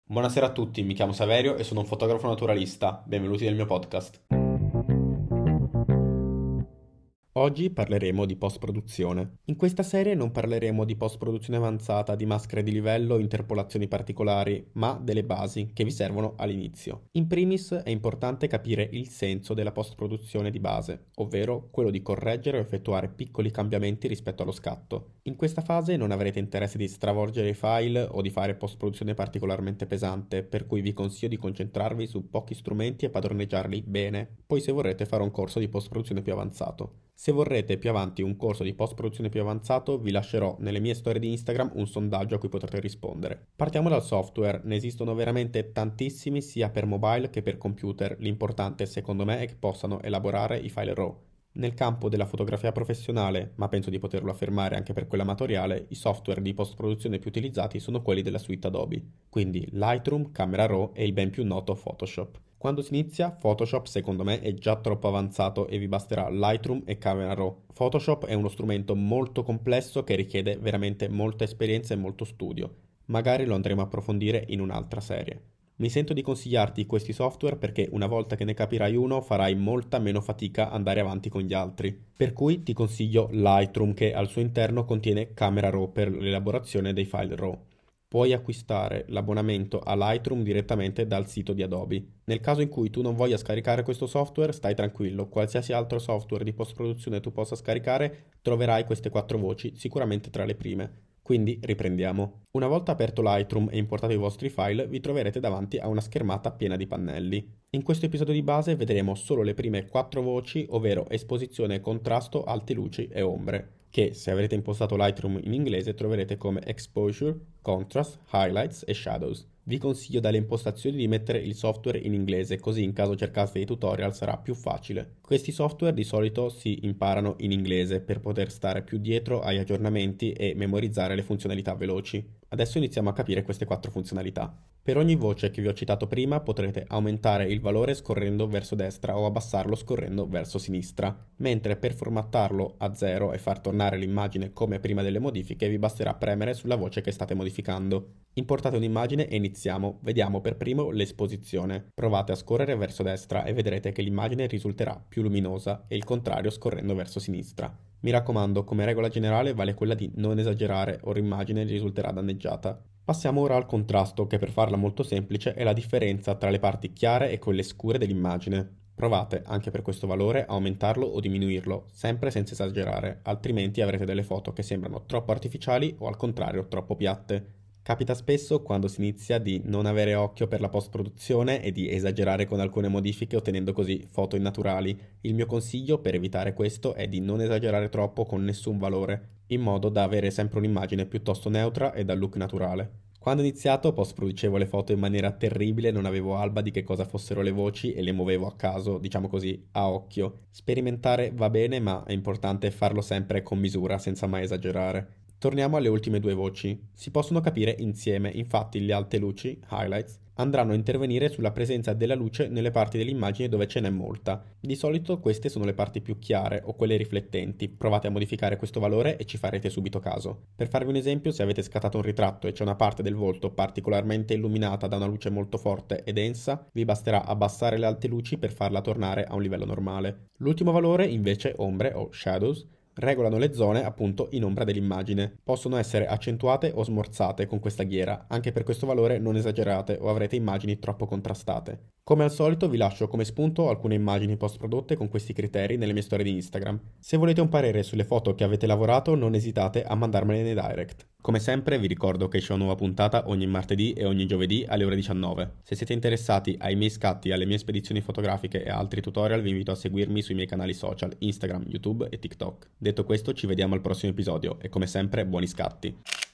Buonasera a tutti, mi chiamo Saverio e sono un fotografo naturalista. Benvenuti nel mio podcast. Oggi parleremo di post-produzione. In questa serie non parleremo di post-produzione avanzata, di maschere di livello, interpolazioni particolari, ma delle basi che vi servono all'inizio. In primis è importante capire il senso della post-produzione di base, ovvero quello di correggere o effettuare piccoli cambiamenti rispetto allo scatto. In questa fase non avrete interesse di stravolgere i file o di fare post-produzione particolarmente pesante, per cui vi consiglio di concentrarvi su pochi strumenti e padroneggiarli bene. Poi se vorrete fare un corso di post-produzione più avanzato. Se vorrete più avanti un corso di post-produzione più avanzato, vi lascerò nelle mie storie di Instagram un sondaggio a cui potrete rispondere. Partiamo dal software, ne esistono veramente tantissimi sia per mobile che per computer, l'importante secondo me è che possano elaborare i file RAW. Nel campo della fotografia professionale, ma penso di poterlo affermare anche per quella amatoriale, i software di post-produzione più utilizzati sono quelli della suite Adobe, quindi Lightroom, Camera Raw e il ben più noto Photoshop. Quando si inizia, Photoshop secondo me è già troppo avanzato e vi basterà Lightroom e Camera Raw. Photoshop è uno strumento molto complesso che richiede veramente molta esperienza e molto studio. Magari lo andremo a approfondire in un'altra serie. Mi sento di consigliarti questi software perché una volta che ne capirai uno farai molta meno fatica andare avanti con gli altri. Per cui ti consiglio Lightroom che al suo interno contiene Camera Raw per l'elaborazione dei file RAW. Puoi acquistare l'abbonamento a Lightroom direttamente dal sito di Adobe. Nel caso in cui tu non voglia scaricare questo software, stai tranquillo, qualsiasi altro software di post-produzione tu possa scaricare, troverai queste quattro voci sicuramente tra le prime. Quindi riprendiamo. Una volta aperto Lightroom e importato i vostri file, vi troverete davanti a una schermata piena di pannelli. In questo episodio di base vedremo solo le prime quattro voci, ovvero esposizione, contrasto, alte luci e ombre, che se avrete impostato Lightroom in inglese troverete come Exposure, Contrast, Highlights e Shadows. Vi consiglio dalle impostazioni di mettere il software in inglese, così in caso cercaste dei tutorial sarà più facile. Questi software di solito si imparano in inglese per poter stare più dietro agli aggiornamenti e memorizzare le funzionalità veloci. Adesso iniziamo a capire queste quattro funzionalità. Per ogni voce che vi ho citato prima potrete aumentare il valore scorrendo verso destra o abbassarlo scorrendo verso sinistra, mentre per formattarlo a 0 e far tornare l'immagine come prima delle modifiche vi basterà premere sulla voce che state modificando. Importate un'immagine e iniziamo. Vediamo per primo l'esposizione. Provate a scorrere verso destra e vedrete che l'immagine risulterà più luminosa e il contrario scorrendo verso sinistra. Mi raccomando, come regola generale vale quella di non esagerare o l'immagine risulterà danneggiata. Passiamo ora al contrasto, che per farla molto semplice è la differenza tra le parti chiare e quelle scure dell'immagine. Provate, anche per questo valore, a aumentarlo o diminuirlo, sempre senza esagerare, altrimenti avrete delle foto che sembrano troppo artificiali o al contrario troppo piatte. Capita spesso quando si inizia di non avere occhio per la post-produzione e di esagerare con alcune modifiche ottenendo così foto innaturali. Il mio consiglio per evitare questo è di non esagerare troppo con nessun valore, in modo da avere sempre un'immagine piuttosto neutra e dal look naturale. Quando ho iniziato post-producevo le foto in maniera terribile, non avevo alba di che cosa fossero le voci e le muovevo a caso, diciamo così, a occhio. Sperimentare va bene, ma è importante farlo sempre con misura, senza mai esagerare. Torniamo alle ultime due voci. Si possono capire insieme, infatti le alte luci, highlights, andranno a intervenire sulla presenza della luce nelle parti dell'immagine dove ce n'è molta. Di solito queste sono le parti più chiare o quelle riflettenti. Provate a modificare questo valore e ci farete subito caso. Per farvi un esempio, se avete scattato un ritratto e c'è una parte del volto particolarmente illuminata da una luce molto forte e densa, vi basterà abbassare le alte luci per farla tornare a un livello normale. L'ultimo valore, invece, ombre o shadows, regolano le zone appunto in ombra dell'immagine. Possono essere accentuate o smorzate con questa ghiera, anche per questo valore non esagerate o avrete immagini troppo contrastate. Come al solito vi lascio come spunto alcune immagini post prodotte con questi criteri nelle mie storie di Instagram. Se volete un parere sulle foto che avete lavorato non esitate a mandarmele nei direct. Come sempre vi ricordo che c'è una nuova puntata ogni martedì e ogni giovedì alle ore 19. Se siete interessati ai miei scatti, alle mie spedizioni fotografiche e altri tutorial vi invito a seguirmi sui miei canali social Instagram, YouTube e TikTok. Detto questo ci vediamo al prossimo episodio e come sempre buoni scatti!